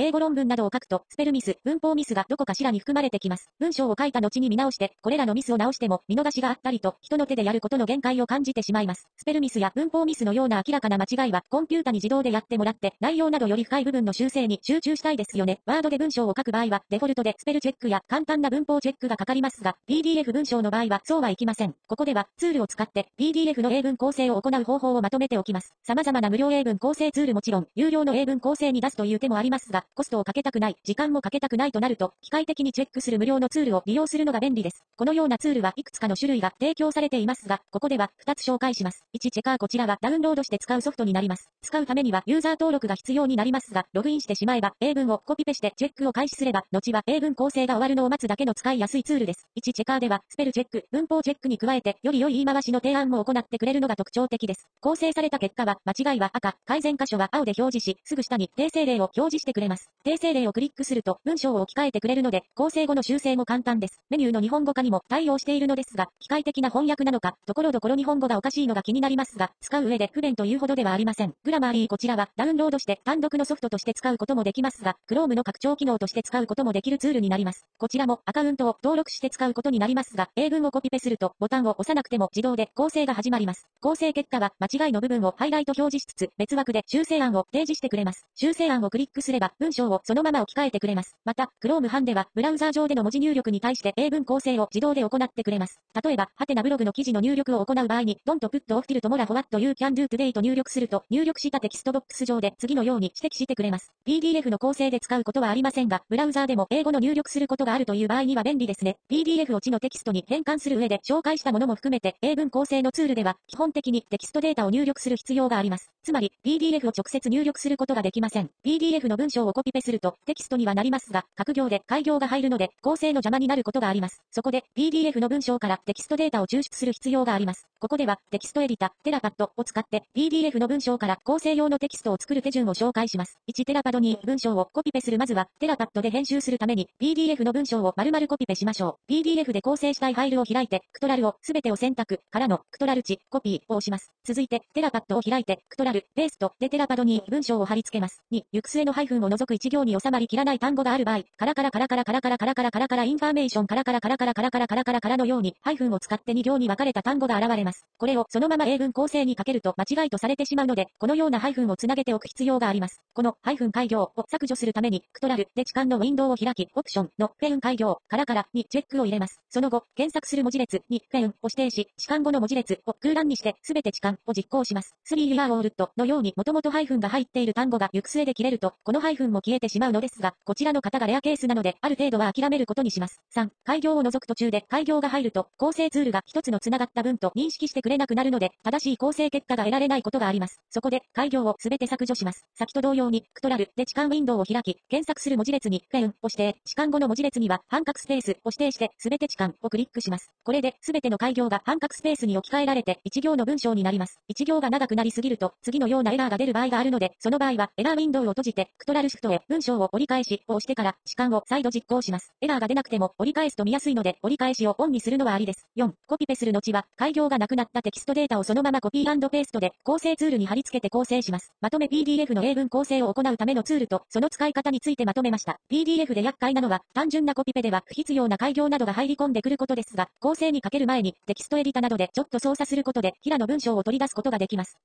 英語論文などを書くと、スペルミス、文法ミスがどこかしらに含まれてきます。文章を書いた後に見直して、これらのミスを直しても、見逃しがあったりと、人の手でやることの限界を感じてしまいます。スペルミスや文法ミスのような明らかな間違いは、コンピュータに自動でやってもらって、内容などより深い部分の修正に集中したいですよね。ワードで文章を書く場合は、デフォルトでスペルチェックや簡単な文法チェックがかかりますが、PDF 文章の場合はそうはいきません。ここでは、ツールを使って、PDF の英文構成を行う方法をまとめておきます。様々な無料英文構成ツールもちろん、有料の英文構成に出すという手もありますが、コストをかけたくない、時間もかけたくないとなると、機械的にチェックする無料のツールを利用するのが便利です。このようなツールはいくつかの種類が提供されていますが、ここでは2つ紹介します。1、チェカーこちらはダウンロードして使うソフトになります。使うためにはユーザー登録が必要になりますが、ログインしてしまえば、英文をコピペしてチェックを開始すれば、後は英文構成が終わるのを待つだけの使いやすいツールです。1、チェカーでは、スペルチェック、文法チェックに加えて、より良い言い回しの提案も行ってくれるのが特徴的です。構成された結果は、間違いは赤、改善箇所は青で表示し、すぐ下に訂正例を表示してくれます。訂正例をクリックすると、文章を置き換えてくれるので、構成後の修正も簡単です。メニューの日本語化にも対応しているのですが、機械的な翻訳なのか、ところどころ日本語がおかしいのが気になりますが、使う上で不便というほどではありません。グラマーリーこちらは、ダウンロードして単独のソフトとして使うこともできますが、Chrome の拡張機能として使うこともできるツールになります。こちらもアカウントを登録して使うことになりますが、英文をコピペすると、ボタンを押さなくても自動で構成が始まります。構成結果は、間違いの部分をハイライト表示しつつ、別枠で修正案を提示してくれます。修正案をクリックすれば、文章をそのまま置き換えてくれます。また、Chrome 版では、ブラウザー上での文字入力に対して英文構成を自動で行ってくれます。例えば、ハテナブログの記事の入力を行う場合に、Don't put off till tomorrow what you can do today と入力すると、入力したテキストボックス上で次のように指摘してくれます。PDF の構成で使うことはありませんが、ブラウザーでも英語の入力することがあるという場合には便利ですね。PDF を字のテキストに変換する上で紹介したものも含めて、英文構成のツールでは、基本的にテキストデータを入力する必要があります。つまり、PDF を直接入力することができません。PDF の文章をコピペすると、テキストにはなりますが、格行で改行が入るので、構成の邪魔になることがあります。そこで、PDF の文章からテキストデータを抽出する必要があります。ここでは、テキストエディタ、テラパッドを使って、PDF の文章から構成用のテキストを作る手順を紹介します。1、テラパドに文章をコピペする。まずは、テラパッドで編集するために、PDF の文章を丸々コピペしましょう。PDF で構成したいファイルを開いて、クトラルをすべてを選択からの、クトラル値、コピーを押します。続いて、テラパッドを開いて、クトラル、ペーストでテラパドに文章を貼り付けます。2、行く末のハイフンを除く一行に収まりきらない単語がある場合、カラカラカラカラカラカラカラカラカラカラインファーメーションカラカラカラカラカラカラカラカラカラのように、ハイフンを使って2行に分かれた単語が現れます。これをそのまま英文構成にかけると間違いとされてしまうので、このようなハイフンをつなげておく必要があります。このハイフン開業を削除するために、クトラルで置換のウィンドウを開き、オプションのペン開業カラカラにチェックを入れます。その後、検索する文字列にペンを指定し、置換後の文字列を空欄にして、すべて置換を実行します。3 year old のように元々ハイフンが入っている単語が行く末で切れると、このハイフンも消えてしまうのですが、こちらの方がレアケースなので、ある程度は諦めることにします。3、開業を除く途中で開業が入ると、構成ツールが一つの繋がった文と認識してくれなくなるので、正しい構成結果が得られないことがあります。そこで、開業をすべて削除します。先と同様に、クトラルで置換ウィンドウを開き、検索する文字列にペンを指定、置換後の文字列には半角スペースを指定して、すべて置換をクリックします。これで、すべての開業が半角スペースに置き換えられて、一行の文章になります。一行が長くなりすぎると、次のようなエラーが出る場合があるので、その場合は、エラーウィンドウを閉じて、クトラルシフトへ文章を折り返しを押してから、置換を再度実行します。エラーが出なくても、折り返すと見やすいので、折り返しをオンにするのはありです。4、コピペする後は、開業がなくなったテキストデータをそのままコピー&ペーストで、構成ツールに貼り付けて構成します。まとめ PDF の英文構成を行うためのツールと、その使い方についてまとめました。PDF で厄介なのは、単純なコピペでは不必要な開業などが入り込んでくることですが、構成にかける前に、テキストエディタなどでちょっと操作することで、平の文章を取り出すことができます。